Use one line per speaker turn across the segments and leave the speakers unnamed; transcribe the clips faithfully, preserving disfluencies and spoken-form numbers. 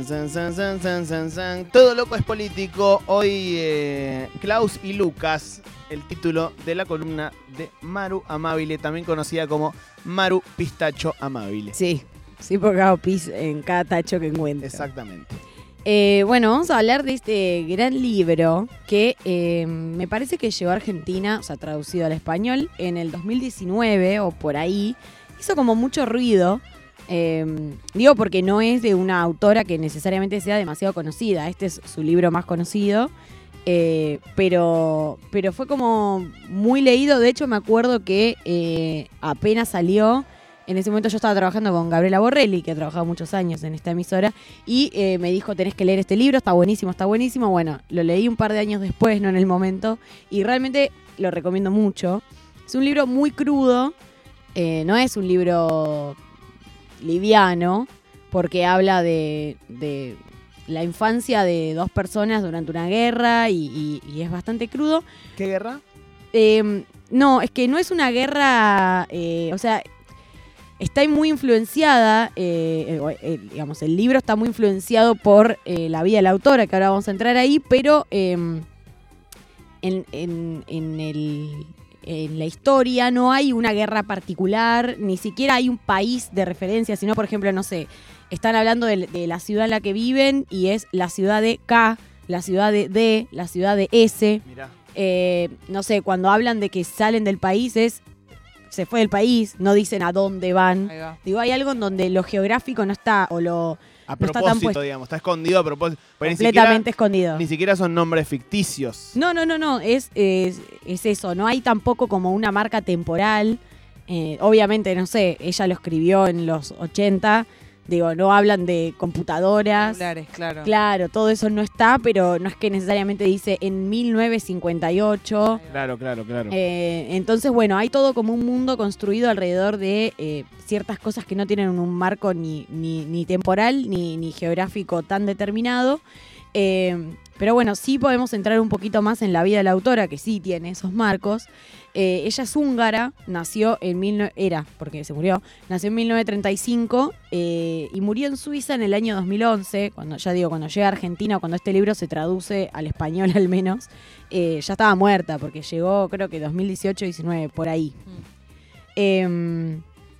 San, san, san, san, san, san, san. Todo loco es político. Hoy eh, Klaus y Lucas, el título de la columna de Maru Amabile, también conocida como Maru Pistacho Amabile.
Sí, sí, porque hago pis en cada tacho que encuentro.
Exactamente.
Eh, bueno, vamos a hablar de este gran libro que eh, me parece que llegó a Argentina, o sea, traducido al español, en el dos mil diecinueve o por ahí. Hizo como mucho ruido. Eh, digo porque no es de una autora que necesariamente sea demasiado conocida. Este es su libro más conocido. Eh, pero, pero fue como muy leído. De hecho, me acuerdo que eh, apenas salió. En ese momento yo estaba trabajando con Gabriela Borrelli, que ha trabajado muchos años en esta emisora, y eh, me dijo, tenés que leer este libro, está buenísimo, está buenísimo. Bueno, lo leí un par de años después, no en el momento, y realmente lo recomiendo mucho. Es un libro muy crudo, eh, no es un libro liviano, porque habla de, de la infancia de dos personas durante una guerra y, y, y es bastante crudo.
¿Qué guerra?
Eh, no, es que no es una guerra, eh, o sea... Está muy influenciada, eh, eh, digamos, el libro está muy influenciado por eh, la vida de la autora, que ahora vamos a entrar ahí, pero eh, en, en, en, el, en la historia no hay una guerra particular, ni siquiera hay un país de referencia, sino, por ejemplo, no sé, están hablando de, de la ciudad en la que viven y es la ciudad de K, la ciudad de D, la ciudad de S.
Mirá.
Eh, no sé, cuando hablan de que salen del país es... se fue del país, no dicen a dónde van. Digo, hay algo en donde lo geográfico no está, o lo...
A
no
propósito,
está tan puesto.
digamos, está escondido a propósito. Pero
Completamente
ni siquiera,
escondido.
Ni siquiera son nombres ficticios.
No, no, no, no, es, es, es eso. No hay tampoco como una marca temporal. Eh, obviamente, no sé, ella lo escribió en los ochenta. Digo, no hablan de computadoras.
Celulares, claro.
Claro, todo eso no está, pero no es que necesariamente dice en mil novecientos cincuenta y ocho.
Claro, claro, claro.
Eh, entonces, bueno, hay todo como un mundo construido alrededor de eh, ciertas cosas que no tienen un marco ni, ni, ni temporal ni, ni geográfico tan determinado. Eh, pero bueno, sí podemos entrar un poquito más en la vida de la autora, que sí tiene esos marcos. Eh, ella es húngara, nació en mil era, porque se murió, nació en mil novecientos treinta y cinco eh, y murió en Suiza en el año dos mil once, cuando ya digo, cuando llega a Argentina, cuando este libro se traduce al español al menos, eh, ya estaba muerta, porque llegó creo que dos mil dieciocho diecinueve, por ahí. Mm. Eh,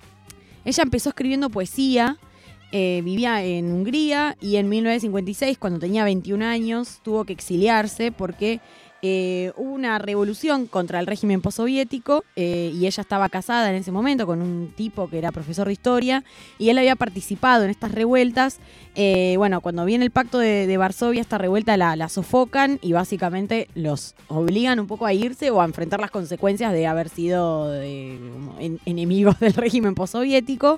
ella empezó escribiendo poesía. Eh, vivía en Hungría y en mil novecientos cincuenta y seis, cuando tenía veintiún años, tuvo que exiliarse porque eh, hubo una revolución contra el régimen postsoviético eh, y ella estaba casada en ese momento con un tipo que era profesor de historia y él había participado en estas revueltas. Eh, bueno, cuando viene el pacto de, de Varsovia, esta revuelta la, la sofocan y básicamente los obligan un poco a irse o a enfrentar las consecuencias de haber sido eh, en, enemigos del régimen postsoviético.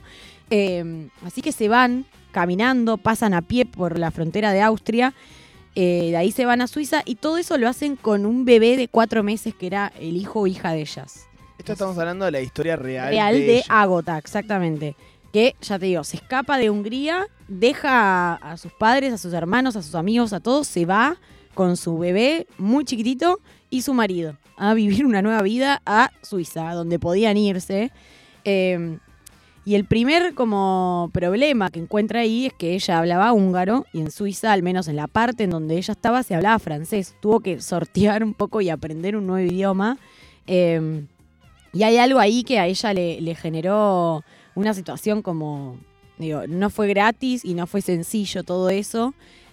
Eh, así que se van caminando, pasan a pie por la frontera de Austria, eh, de ahí se van a Suiza y todo eso lo hacen con un bebé de cuatro meses que era el hijo o hija de ellas.
Esto estamos hablando de la historia real,
real
de,
de
ella.
Ágota, exactamente. Que, ya te digo, se escapa de Hungría, deja a, a sus padres, a sus hermanos, a sus amigos, a todos, se va con su bebé muy chiquitito y su marido a vivir una nueva vida a Suiza, donde podían irse. Eh, Y el primer como problema que encuentra ahí es que ella hablaba húngaro y en Suiza, al menos en la parte en donde ella estaba, se hablaba francés. Tuvo que sortear un poco y aprender un nuevo idioma. Eh, y hay algo ahí que a ella le, le generó una situación como, digo, no fue gratis y no fue sencillo todo eso.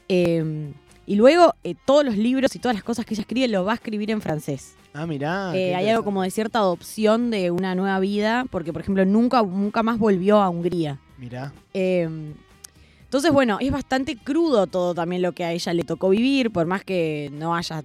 Eh, y luego eh, todos los libros y todas las cosas que ella escribe lo va a escribir en francés.
Ah, mirá.
Eh, hay algo como de cierta adopción de una nueva vida, porque, por ejemplo, nunca, nunca más volvió a Hungría.
Mirá.
Eh, entonces, bueno, es bastante crudo todo también lo que a ella le tocó vivir, por más que no haya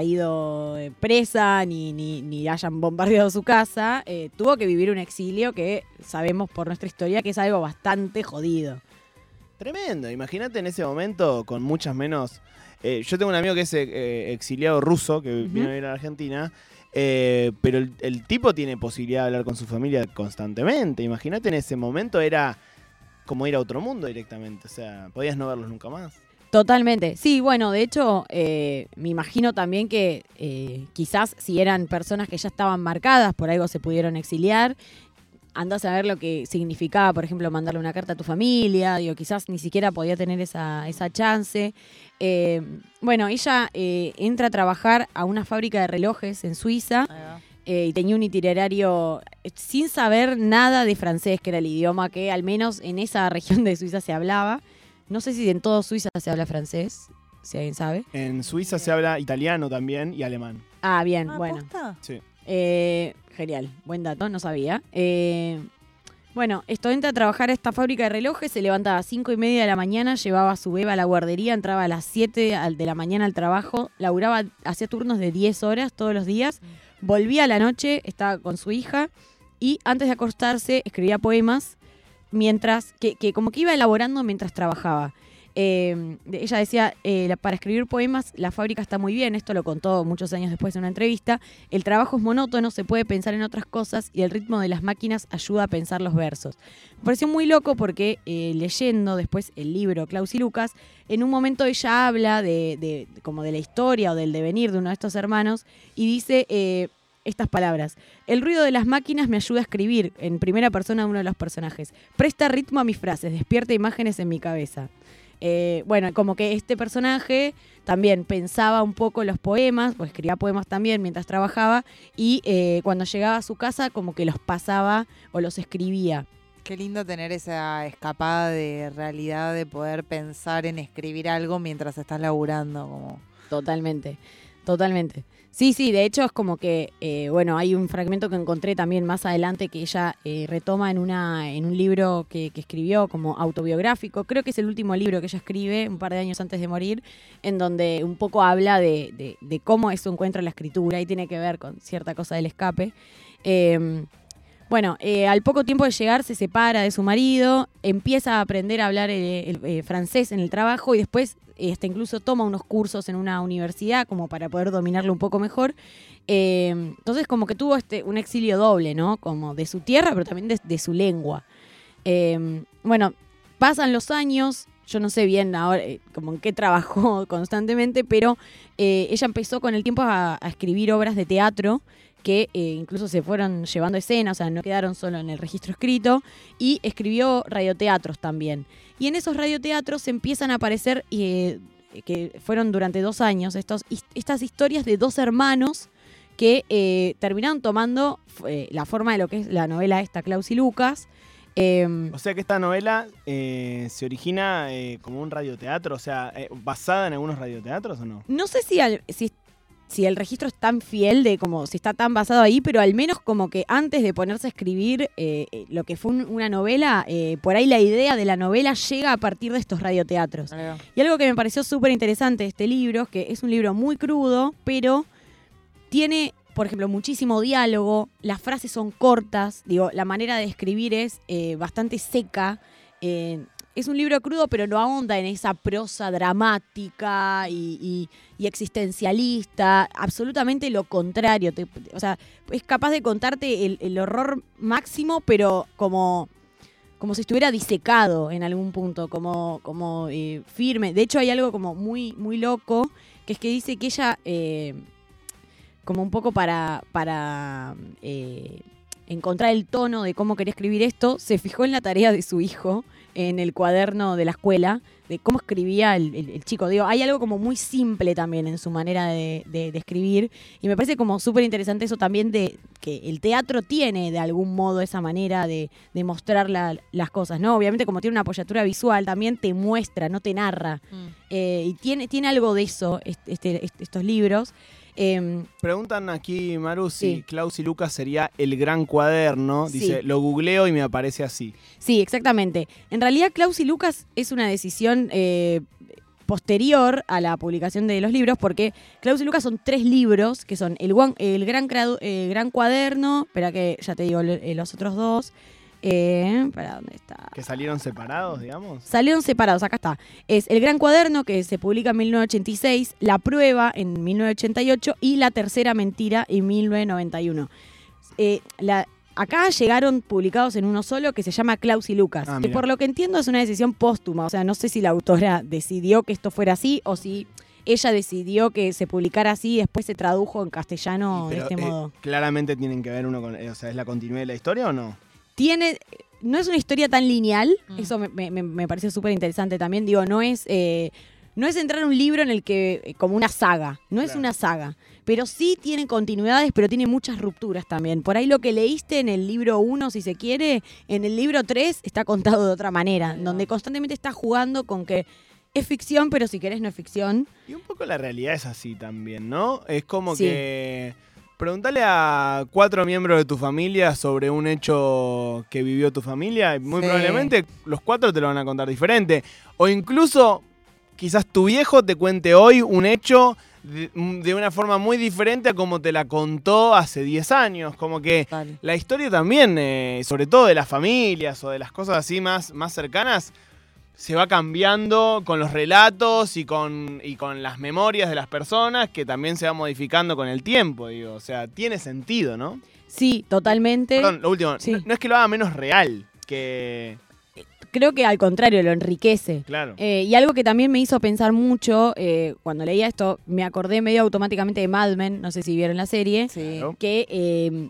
caído presa ni, ni, ni hayan bombardeado su casa, eh, tuvo que vivir un exilio que sabemos por nuestra historia que es algo bastante jodido.
Tremendo. Imagínate en ese momento con muchas menos... Eh, yo tengo un amigo que es eh, exiliado ruso, que uh-huh. vino a vivir a Argentina, eh, pero el, el tipo tiene posibilidad de hablar con su familia constantemente. Imagínate en ese momento era como ir a otro mundo directamente, o sea, podías no verlos nunca más.
Totalmente. Sí, bueno, de hecho, eh, me imagino también que eh, quizás si eran personas que ya estaban marcadas, por algo se pudieron exiliar. andás a ver lo que significaba, por ejemplo, mandarle una carta a tu familia, digo, quizás ni siquiera podía tener esa, esa chance. Eh, bueno, ella eh, entra a trabajar a una fábrica de relojes en Suiza eh, y tenía un itinerario sin saber nada de francés, que era el idioma que al menos en esa región de Suiza se hablaba. No sé si en todo Suiza se habla francés, si alguien sabe.
En Suiza se habla italiano también y alemán.
Ah, bien,
Ah,
bueno.
¿posta?
Sí.
Eh, genial, buen dato, no sabía. Eh, bueno, esto entra a trabajar a esta fábrica de relojes, se levantaba a cinco y media de la mañana, llevaba a su beba a la guardería, entraba a las siete de la mañana al trabajo, laburaba, hacía turnos de diez horas todos los días, volvía a la noche, estaba con su hija y antes de acostarse escribía poemas mientras, que, que como que iba elaborando mientras trabajaba. Eh, ella decía, eh, para escribir poemas la fábrica está muy bien, esto lo contó muchos años después en una entrevista, el trabajo es monótono, se puede pensar en otras cosas y el ritmo de las máquinas ayuda a pensar los versos. Me pareció muy loco porque eh, leyendo después el libro Klaus y Lucas, en un momento ella habla de, de, como de la historia o del devenir de uno de estos hermanos y dice eh, estas palabras: el ruido de las máquinas me ayuda a escribir, en primera persona de uno de los personajes, presta ritmo a mis frases, despierta imágenes en mi cabeza. Eh, bueno, como que este personaje también pensaba un poco los poemas, pues escribía poemas también mientras trabajaba y eh, cuando llegaba a su casa como que los pasaba o los escribía.
Qué lindo tener esa escapada de realidad de poder pensar en escribir algo mientras estás laburando. Como...
Totalmente, totalmente. Sí, sí, de hecho es como que, eh, bueno, hay un fragmento que encontré también más adelante que ella eh, retoma en una en un libro que, que escribió como autobiográfico. Creo que es el último libro que ella escribe, un par de años antes de morir, en donde un poco habla de, de, de cómo es su encuentro en la escritura y tiene que ver con cierta cosa del escape. Eh, Bueno, eh, al poco tiempo de llegar se separa de su marido, empieza a aprender a hablar el, el, el francés en el trabajo y después eh, hasta incluso toma unos cursos en una universidad como para poder dominarlo un poco mejor. Eh, entonces como que tuvo este un exilio doble, ¿no? Como de su tierra, pero también de, de su lengua. Eh, bueno, pasan los años, yo no sé bien ahora eh, como en qué trabajó constantemente, pero eh, ella empezó con el tiempo a, a escribir obras de teatro que eh, incluso se fueron llevando escenas, o sea, no quedaron solo en el registro escrito, y escribió radioteatros también. Y en esos radioteatros empiezan a aparecer, eh, que fueron durante dos años, estos, estas historias de dos hermanos que eh, terminaron tomando eh, la forma de lo que es la novela esta, Klaus y Lucas. Eh,
O sea que esta novela eh, se origina eh, como un radioteatro, o sea, eh, basada en algunos radioteatros o no?
no sé si, al, si si el registro es tan fiel de como si está tan basado ahí, pero al menos como que antes de ponerse a escribir eh, lo que fue un, una novela, eh, por ahí la idea de la novela llega a partir de estos radioteatros.
Claro.
Y algo que me pareció súper interesante de este libro, es que es un libro muy crudo, pero tiene, por ejemplo, muchísimo diálogo, las frases son cortas, digo, la manera de escribir es eh, bastante seca. Eh, Es un libro crudo, pero no ahonda en esa prosa dramática y, y, y existencialista. Absolutamente lo contrario. Te, o sea, es capaz de contarte el, el horror máximo, pero como, como si estuviera disecado en algún punto, como, como eh, firme. De hecho, hay algo como muy, muy loco, que es que dice que ella, eh, como un poco para... para eh, encontrar el tono de cómo quería escribir esto, se fijó en la tarea de su hijo, en el cuaderno de la escuela, de cómo escribía el, el, el chico. Digo, hay algo como muy simple también en su manera de, de, de escribir, y me parece como súper interesante eso también de que el teatro tiene de algún modo esa manera de, de mostrar la, las cosas, ¿no? Obviamente como tiene una apoyatura visual, también te muestra, no te narra. Mm. Eh, y tiene, tiene algo de eso este, este, estos libros. Eh,
Preguntan aquí, Maru, si
sí.
Klaus y Lucas sería el gran cuaderno. Dice,
Sí.
lo googleo y me aparece así.
Sí, exactamente. En realidad, Klaus y Lucas es una decisión eh, posterior a la publicación de los libros, porque Klaus y Lucas son tres libros, que son el, el, gran, el gran cuaderno, espera que ya te digo los otros dos. Eh, ¿Para dónde está?
¿Que salieron separados, digamos?
Salieron separados, acá está. Es El Gran Cuaderno, que se publica en mil novecientos ochenta y seis, La Prueba en mil novecientos ochenta y ocho y La Tercera Mentira en mil novecientos noventa y uno. Eh, la, acá llegaron publicados en uno solo, que se llama Klaus y Lucas,
Ah,
que por lo que entiendo es una decisión póstuma. O sea, no sé si la autora decidió que esto fuera así o si ella decidió que se publicara así y después se tradujo en castellano
Pero,
de este
eh,
modo.
claramente tienen que ver uno con... O sea, ¿es la continuidad de la historia o no?
tiene... No es una historia tan lineal,
Mm.
eso me, me, me pareció súper interesante también. Digo, no es, eh, no es entrar en un libro en el que, eh, como una saga, no es
Claro.
una saga. Pero sí tiene continuidades, pero tiene muchas rupturas también. Por ahí lo que leíste en el libro uno, si se quiere, en el libro tres está contado de otra manera,
Ahí va.
donde constantemente está jugando con que es ficción, pero si querés no es ficción.
Y un poco la realidad es así también, ¿no? Es como
Sí.
que... Preguntale a cuatro miembros de tu familia sobre un hecho que vivió tu familia y muy
Sí.
probablemente los cuatro te lo van a contar diferente. O incluso quizás tu viejo te cuente hoy un hecho de, de una forma muy diferente a como te la contó hace diez años. Como que
Total.
la historia también, eh, sobre todo de las familias o de las cosas así más, más cercanas, se va cambiando con los relatos y con, y con las memorias de las personas, que también se va modificando con el tiempo, digo. O sea, tiene sentido, ¿no?
Sí, totalmente.
Perdón, lo último,
Sí.
no, no es que lo haga menos real, que...
Creo que al contrario, lo enriquece.
Claro.
Eh, y algo que también me hizo pensar mucho, eh, cuando leía esto, me acordé medio automáticamente de Mad Men, no sé si vieron la serie,
Sí.
Claro.
que eh,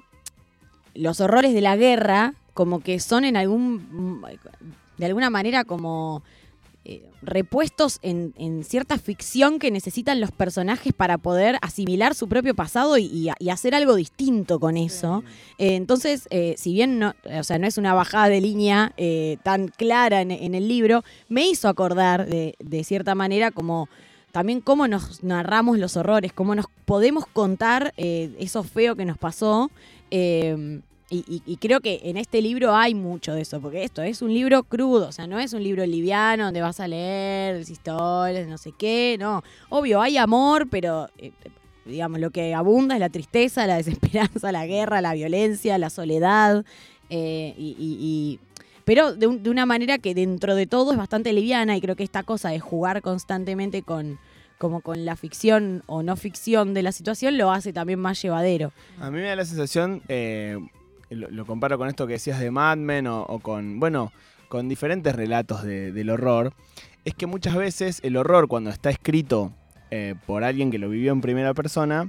los horrores de la guerra como que son en algún, de alguna manera como eh, repuestos en, en cierta ficción que necesitan los personajes para poder asimilar su propio pasado y, y- y hacer algo distinto con eso. Eh, entonces, eh, si bien no, o sea, no es una bajada de línea eh, tan clara en, en el libro, me hizo acordar de, de cierta manera como también cómo nos narramos los horrores, cómo nos podemos contar eh, eso feo que nos pasó. eh, y, y- y creo que en este libro hay mucho de eso, porque esto es un libro crudo, o sea, no es un libro liviano donde vas a leer historias, no sé qué, no. Obvio, hay amor, pero... eh, digamos, lo que abunda es la tristeza, la desesperanza, la guerra, la violencia, la soledad. eh, y, y- y- pero de, un- de una manera que dentro de todo es bastante liviana y creo que esta cosa de jugar constantemente con, como con la ficción o no ficción de la situación lo hace también más llevadero.
A mí me da la sensación, eh, lo, lo comparo con esto que decías de Mad Men o, o con, bueno, con diferentes relatos de- del horror, es que muchas veces el horror cuando está escrito eh, por alguien que lo vivió en primera persona,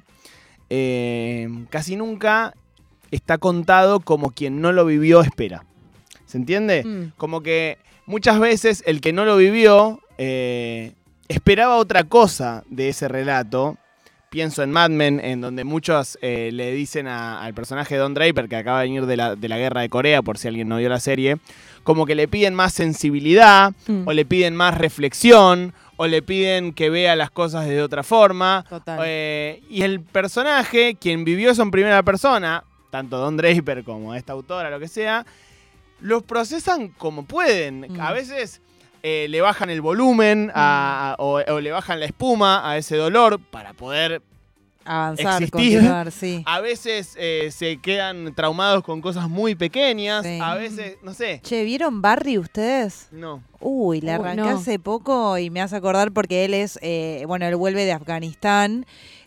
eh, casi nunca está contado como quien no lo vivió espera. ¿Se entiende?
Mm.
Como que muchas veces el que no lo vivió eh, esperaba otra cosa de ese relato. Pienso en Mad Men, en donde muchos eh, le dicen a- al personaje de Don Draper, que acaba de venir de la, de la guerra de Corea, por si alguien no vio la serie, como que le piden más sensibilidad,
Mm.
o le piden más reflexión, o le piden que vea las cosas de otra forma.
Total.
Eh, y el personaje, quien vivió eso en primera persona, tanto Don Draper como esta autora, lo que sea, los procesan como pueden.
Mm.
A veces eh, le bajan el volumen a- a- o, o le bajan la espuma a ese dolor para poder...
Avanzar,
existir.
continuar, sí.
A veces eh, se quedan traumados con cosas muy pequeñas.
Sí.
A veces, no sé.
Che, ¿vieron Barry ustedes?
No.
Uy, le
Uy,
arranqué
no.
hace poco y me hace acordar porque él es, eh, bueno, él vuelve de Afganistán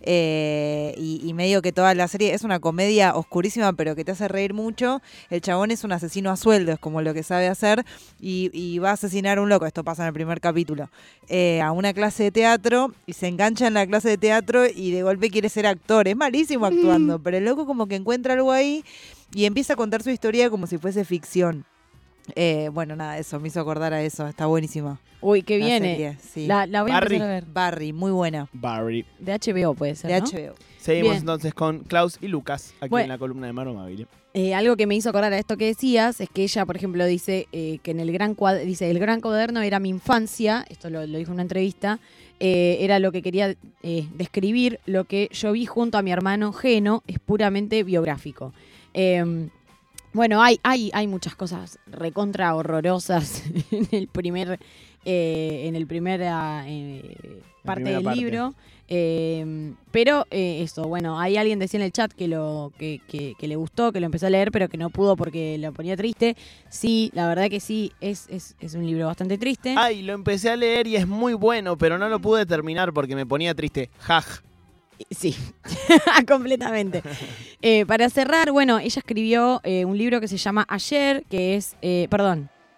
eh, y, y medio que toda la serie es una comedia oscurísima pero que te hace reír mucho. El chabón es un asesino a sueldo, es como lo que sabe hacer y, y va a asesinar a un loco, esto pasa en el primer capítulo, eh, a una clase de teatro y se engancha en la clase de teatro y de golpe quiere ser actor. Es malísimo actuando, pero el loco como que encuentra algo ahí y empieza a contar su historia como si fuese ficción. Eh, bueno, nada, eso, me hizo acordar a eso, está buenísima.
Uy, qué
la
viene.
serie, sí.
La, la voy a
Barry.
empezar a ver.
Barry, muy buena,
Barry.
De H B O puede ser,
de
¿no?
H B O.
Seguimos
Bien.
entonces con Klaus y Lucas, aquí
Bueno.
en la columna de Maro Mabile.
Eh, algo que me hizo acordar a esto que decías es que ella, por ejemplo, dice eh, que en el gran cuad- dice el gran cuaderno era mi infancia, esto lo, lo dijo en una entrevista, eh, era lo que quería eh, describir, lo que yo vi junto a mi hermano Geno, es puramente biográfico. Eh, bueno, hay, hay, hay muchas cosas recontra horrorosas en el primer, eh, en el primer ah, eh, parte
primera
del
parte.
libro. Eh, pero eh, eso, bueno, hay alguien decía en el chat que lo que, que- que le gustó, que lo empezó a leer, pero que no pudo porque lo ponía triste. Sí, la verdad que sí, es, es, es un libro bastante triste.
Ay, lo empecé a leer y es muy bueno, pero no lo pude terminar porque me ponía triste. Jaj.
Sí, completamente. Eh, para cerrar, bueno, ella escribió eh, un libro que se llama Ayer, que es, eh, perdón,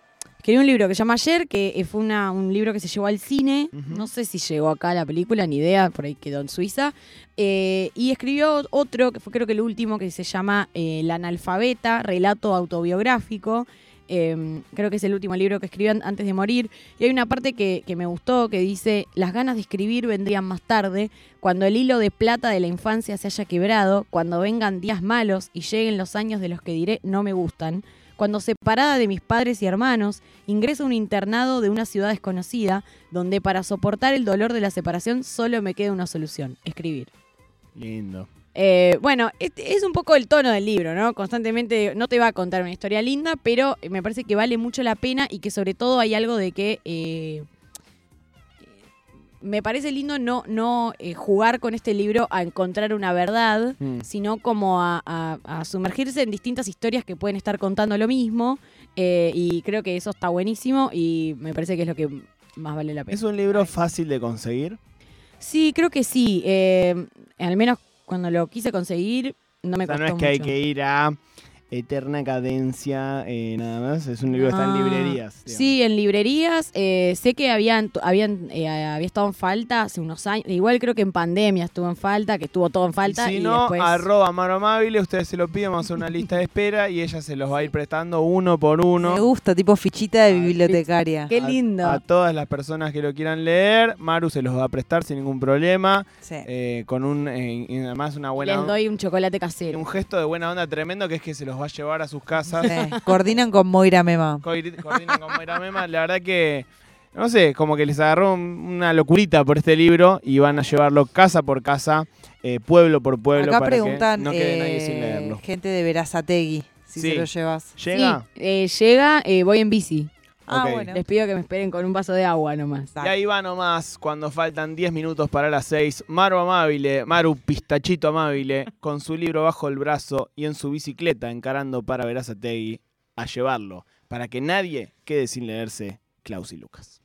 escribí un libro que se llama Ayer, que eh, fue una, un libro que se llevó al cine.
Ujú.
No sé si llegó acá a la película, ni idea, por ahí quedó en Suiza. Eh, y escribió otro, que fue creo que el último, que se llama eh, La analfabeta, relato autobiográfico. Eh, creo que es el último libro que escribió an- antes de morir. Y hay una parte que, que me gustó, que dice: las ganas de escribir vendrían más tarde, cuando el hilo de plata de la infancia se haya quebrado, cuando vengan días malos y lleguen los años de los que diré no me gustan, cuando separada de mis padres y hermanos, ingreso a un internado de una ciudad desconocida, donde para soportar el dolor de la separación solo me queda una solución: escribir.
Lindo.
Eh, bueno, este es un poco el tono del libro, ¿no? Constantemente no te va a contar una historia linda, pero me parece que vale mucho la pena y que sobre todo hay algo de que eh, me parece lindo no, no eh, jugar con este libro a encontrar una verdad,
Mm.
sino como a, a- a sumergirse en distintas historias que pueden estar contando lo mismo, eh, y creo que eso está buenísimo y me parece que es lo que más vale la pena.
¿Es un libro fácil de conseguir?
Sí, creo que sí. Eh, al menos cuando lo quise conseguir, no me
O sea,
costó
no es que hay
mucho.
que ir a Eterna Cadencia, eh, nada más. Es un libro que está en
Ah,
librerías. digamos.
Sí, en librerías. Eh, sé que habían, habían eh, había estado en falta hace unos años. Igual creo que en pandemia estuvo en falta, que estuvo todo en falta.
Y
Y,
si no,
después...
arroba Maro Amabile, ustedes se lo piden, vamos a hacer una lista de espera y ella se los va a ir prestando uno por uno.
Me gusta, tipo fichita de
Ah,
bibliotecaria.
Qué
A-
lindo.
A, todas las personas que lo quieran leer, Maru se los va a prestar sin ningún problema.
Sí.
eh, con un, eh, y además una buena
Les
onda.
doy un chocolate
Y
casero.
un gesto de buena onda tremendo que es que se los va a llevar a sus casas.
Sí. Coordinan con Moira Mema.
Coordi- Coordinan con Moira Mema. La verdad que, no sé, como que les agarró un- una locurita por este libro y van a llevarlo casa por casa, eh, pueblo por pueblo,
Acá
para
preguntan
que no quede nadie sin
eh,
leerlo.
gente de Verazategui, si
Sí.
se lo llevas.
¿Llega?
Sí, eh, llega, eh, voy en bici.
Ah,
Ok.
bueno.
Les pido que me esperen con un vaso de agua nomás.
Y ahí va nomás, cuando faltan diez minutos para las seis, Maru Amabile, Maru Pistachito Amabile, con su libro bajo el brazo y en su bicicleta encarando para Verazategui a llevarlo, para que nadie quede sin leerse Klaus y Lucas.